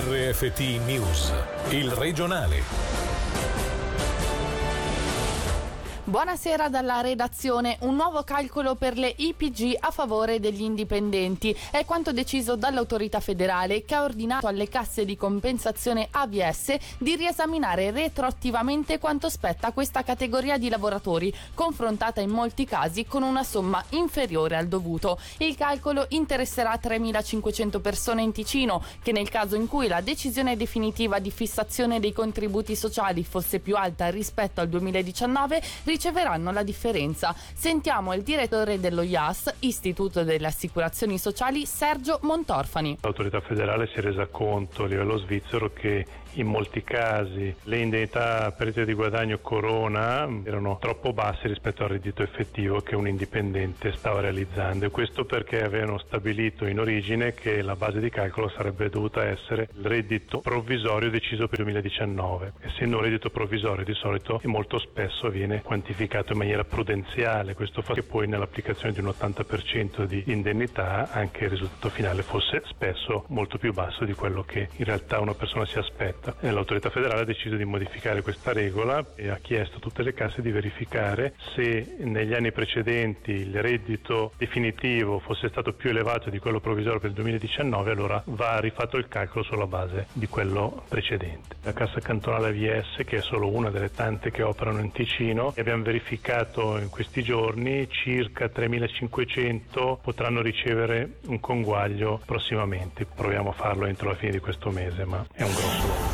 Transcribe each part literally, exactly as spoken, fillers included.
R F T News, il regionale. Buonasera dalla redazione. Un nuovo calcolo per le I P G a favore degli indipendenti è quanto deciso dall'autorità federale, che ha ordinato alle casse di compensazione A V S di riesaminare retroattivamente quanto spetta a questa categoria di lavoratori, confrontata in molti casi con una somma inferiore al dovuto. Il calcolo interesserà tremilacinquecento persone in Ticino, che nel caso in cui la decisione definitiva di fissazione dei contributi sociali fosse più alta rispetto al duemiladiciannove, riceveranno la differenza. Sentiamo il direttore dello I A S, Istituto delle Assicurazioni Sociali, Sergio Montorfani. L'autorità federale si è resa conto a livello svizzero che in molti casi le indennità per reddito di guadagno corona erano troppo basse rispetto al reddito effettivo che un indipendente stava realizzando, e questo perché avevano stabilito in origine che la base di calcolo sarebbe dovuta essere il reddito provvisorio deciso per il duemiladiciannove. Essendo un reddito provvisorio, di solito e molto spesso viene quantificato in maniera prudenziale, questo fa che poi nell'applicazione di un ottanta per cento di indennità anche il risultato finale fosse spesso molto più basso di quello che in realtà una persona si aspetta. L'autorità federale ha deciso di modificare questa regola e ha chiesto a tutte le casse di verificare se negli anni precedenti il reddito definitivo fosse stato più elevato di quello provvisorio per il duemiladiciannove, allora va rifatto il calcolo sulla base di quello precedente. La Cassa Cantonale A V S, che è solo una delle tante che operano in Ticino, e abbiamo verificato in questi giorni circa tremilacinquecento potranno ricevere un conguaglio prossimamente. Proviamo a farlo entro la fine di questo mese, ma è un grosso lavoro.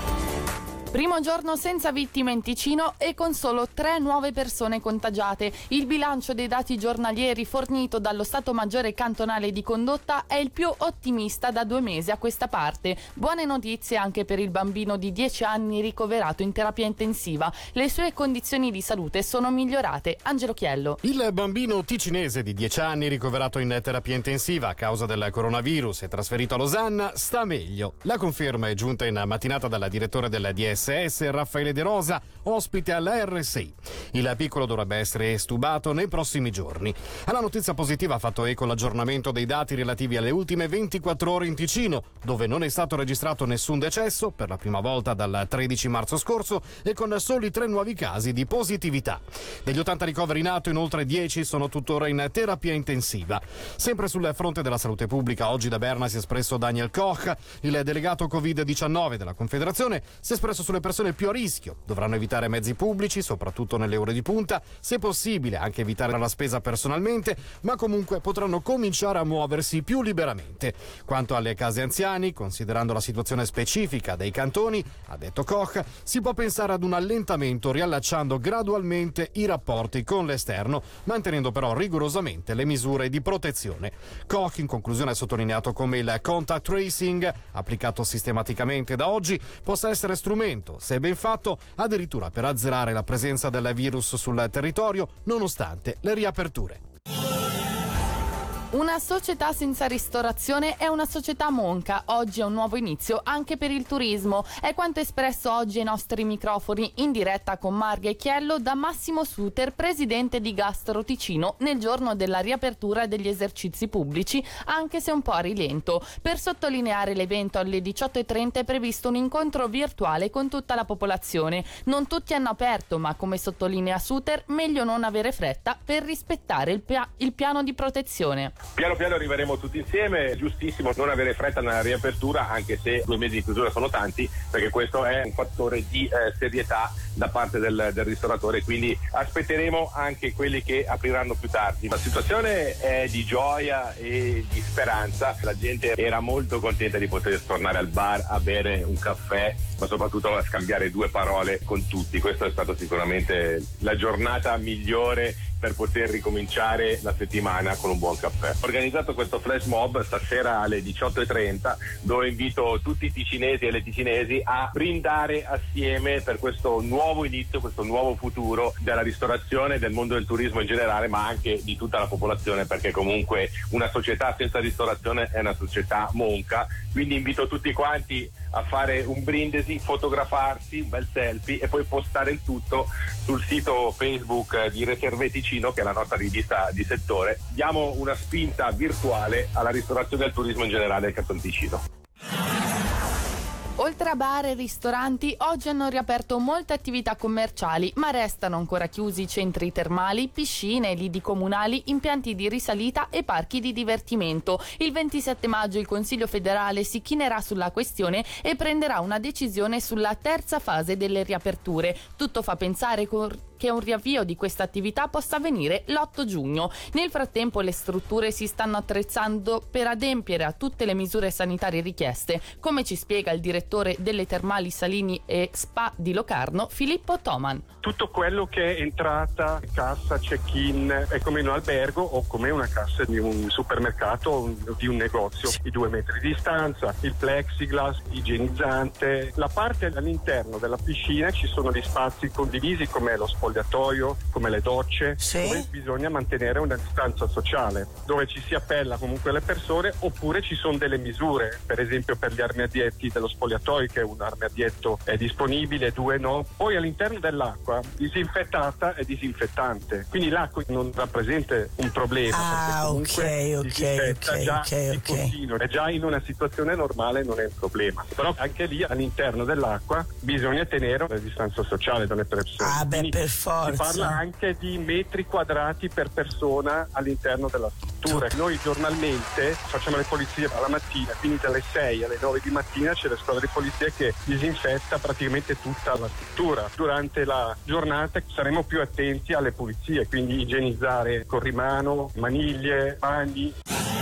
Primo giorno senza vittime in Ticino e con solo tre nuove persone contagiate. Il bilancio dei dati giornalieri fornito dallo Stato Maggiore Cantonale di Condotta è il più ottimista da due mesi a questa parte. Buone notizie anche per il bambino di dieci anni ricoverato in terapia intensiva. Le sue condizioni di salute sono migliorate. Angelo Chiello. Il bambino ticinese di dieci anni ricoverato in terapia intensiva a causa del coronavirus e trasferito a Losanna sta meglio. La conferma è giunta in mattinata dal direttore del D S S Raffaele De Rosa, ospite alla R S I. Il piccolo dovrebbe essere estubato nei prossimi giorni. Alla notizia positiva ha fatto eco l'aggiornamento dei dati relativi alle ultime ventiquattro ore in Ticino, dove non è stato registrato nessun decesso per la prima volta dal tredici marzo scorso e con soli tre nuovi casi di positività. Degli ottanta ricoveri in atto, inoltre dieci sono tuttora in terapia intensiva. Sempre sul fronte della salute pubblica, oggi da Berna si è espresso Daniel Koch, il delegato covid diciannove della Confederazione. Si è espresso sulle persone più a rischio. Dovranno evitare mezzi pubblici, soprattutto nelle ore di punta, se possibile anche evitare la spesa personalmente, ma comunque potranno cominciare a muoversi più liberamente. Quanto alle case anziani, considerando la situazione specifica dei cantoni, ha detto Koch, si può pensare ad un allentamento riallacciando gradualmente i rapporti con l'esterno, mantenendo però rigorosamente le misure di protezione. Koch in conclusione ha sottolineato come il contact tracing, applicato sistematicamente da oggi, possa essere strumento, se ben fatto, addirittura per azzerare la presenza del virus sul territorio nonostante le riaperture. Una società senza ristorazione è una società monca. Oggi è un nuovo inizio anche per il turismo. È quanto espresso oggi ai nostri microfoni in diretta con Marghe e Chiello da Massimo Suter, presidente di Gastro Ticino, nel giorno della riapertura degli esercizi pubblici, anche se un po' a rilento. Per sottolineare l'evento alle diciotto e trenta è previsto un incontro virtuale con tutta la popolazione. Non tutti hanno aperto, ma come sottolinea Suter, meglio non avere fretta per rispettare il, pia- il piano di protezione. Piano piano arriveremo tutti insieme, è giustissimo non avere fretta nella riapertura, anche se due mesi di chiusura sono tanti, perché questo è un fattore di eh, serietà da parte del, del ristoratore, quindi aspetteremo anche quelli che apriranno più tardi. La situazione è di gioia e di speranza, la gente era molto contenta di poter tornare al bar a bere un caffè, ma soprattutto a scambiare due parole con tutti. Questa è stata sicuramente la giornata migliore per poter ricominciare la settimana con un buon caffè. Ho organizzato questo flash mob stasera alle diciotto e trenta, dove invito tutti i ticinesi e le ticinesi a brindare assieme per questo nuovo inizio, questo nuovo futuro della ristorazione, del mondo del turismo in generale, ma anche di tutta la popolazione, perché comunque una società senza ristorazione è una società monca. Quindi invito tutti quanti a fare un brindisi, fotografarsi, un bel selfie e poi postare il tutto sul sito Facebook di Reserve Ticino, che è la nostra rivista di settore. Diamo una spinta virtuale alla ristorazione del turismo in generale del Canton Ticino. Oltre a bar e ristoranti, oggi hanno riaperto molte attività commerciali, ma restano ancora chiusi centri termali, piscine, lidi comunali, impianti di risalita e parchi di divertimento. Il ventisette maggio il Consiglio federale si chinerà sulla questione e prenderà una decisione sulla terza fase delle riaperture. Tutto fa pensare che un riavvio di questa attività possa avvenire l'otto giugno. Nel frattempo le strutture si stanno attrezzando per adempiere a tutte le misure sanitarie richieste, come ci spiega il direttore delle Termali Salini e Spa di Locarno, Filippo Toman. Tutto quello che è entrata, cassa, check-in è come in un albergo o come una cassa di un supermercato o di un negozio. I due metri di distanza, il plexiglass, igienizzante. La parte all'interno della piscina ci sono gli spazi condivisi come lo spogliatoio, come le docce, sì, dove bisogna mantenere una distanza sociale, dove ci si appella comunque le persone, oppure ci sono delle misure, per esempio per gli armadietti dello spogliatoio, che un armadietto è disponibile, due no. Poi all'interno dell'acqua disinfettata e disinfettante, quindi l'acqua non rappresenta un problema. Ah, ok, ok, ok, già ok, di ok. continuo, è già in una situazione normale, non è un problema. Però anche lì all'interno dell'acqua bisogna tenere la distanza sociale dalle persone. Ah, beh, quindi per forza. si parla anche di metri quadrati per persona all'interno della struttura. Noi giornalmente facciamo le pulizie alla mattina, quindi dalle sei alle nove di mattina c'è la squadra di polizia che disinfetta praticamente tutta la struttura. Durante la giornata saremo più attenti alle pulizie, quindi igienizzare corrimano, maniglie, bagni.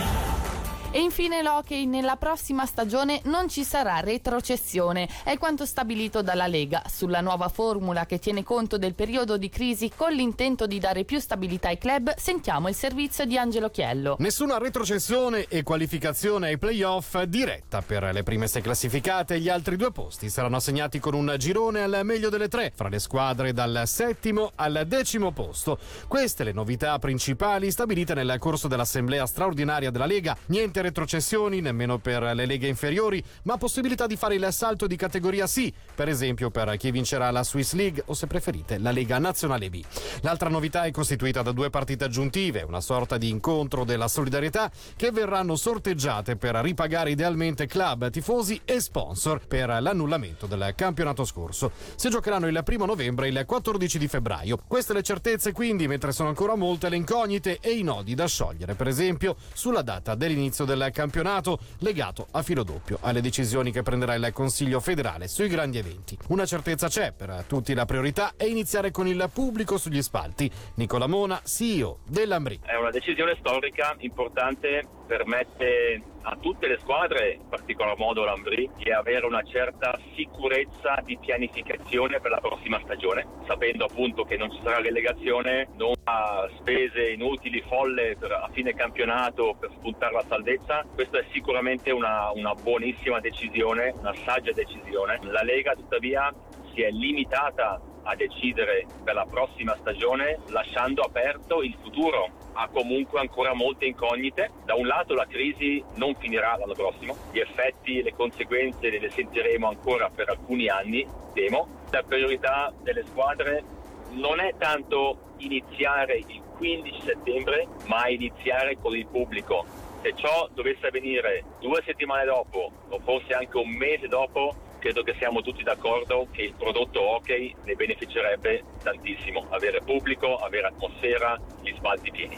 E infine l'hockey: nella prossima stagione non ci sarà retrocessione, è quanto stabilito dalla Lega. Sulla nuova formula che tiene conto del periodo di crisi con l'intento di dare più stabilità ai club, sentiamo il servizio di Angelo Chiello. Nessuna retrocessione e qualificazione ai playoff diretta per le prime sei classificate. Gli altri due posti saranno assegnati con un girone al meglio delle tre fra le squadre dal settimo al decimo posto. Queste le novità principali stabilite nel corso dell'assemblea straordinaria della Lega. Niente retrocessioni nemmeno per le leghe inferiori, ma possibilità di fare il salto di categoria sì, per esempio per chi vincerà la Swiss League o, se preferite, la Lega Nazionale B. L'altra novità è costituita da due partite aggiuntive, una sorta di incontro della solidarietà, che verranno sorteggiate per ripagare idealmente club, tifosi e sponsor per l'annullamento del campionato scorso. Si giocheranno il primo novembre e il quattordici di febbraio. Queste le certezze, quindi, mentre sono ancora molte le incognite e i nodi da sciogliere, per esempio sulla data dell'inizio del campionato, legato a filo doppio alle decisioni che prenderà il Consiglio federale sui grandi eventi. Una certezza c'è: per tutti la priorità è iniziare con il pubblico sugli spalti. Nicola Mona, C E O dell'Ambrì. È una decisione storica importante, permette a tutte le squadre, in particolar modo l'Ambrì, di avere una certa sicurezza di pianificazione per la prossima stagione, sapendo appunto che non ci sarà relegazione, non ha spese inutili, folle per, a fine campionato per spuntare la salvezza. Questa è sicuramente una, una buonissima decisione, una saggia decisione. La Lega tuttavia si è limitata a decidere per la prossima stagione, lasciando aperto il futuro. Ha comunque ancora molte incognite. Da un lato la crisi non finirà l'anno prossimo, gli effetti e le conseguenze le sentiremo ancora per alcuni anni, temo. La priorità delle squadre non è tanto iniziare il quindici settembre, ma iniziare con il pubblico. Se ciò dovesse avvenire due settimane dopo o forse anche un mese dopo, credo che siamo tutti d'accordo che il prodotto hockey ne beneficerebbe tantissimo. Avere pubblico, avere atmosfera, gli spalti pieni.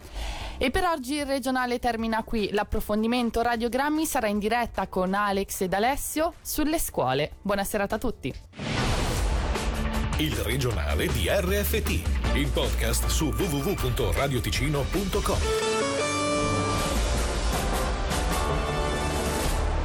E per oggi il regionale termina qui. L'approfondimento Radiogrammi sarà in diretta con Alex ed Alessio sulle scuole. Buona serata a tutti. Il regionale di R F T, il podcast su w w w punto radioticino punto com.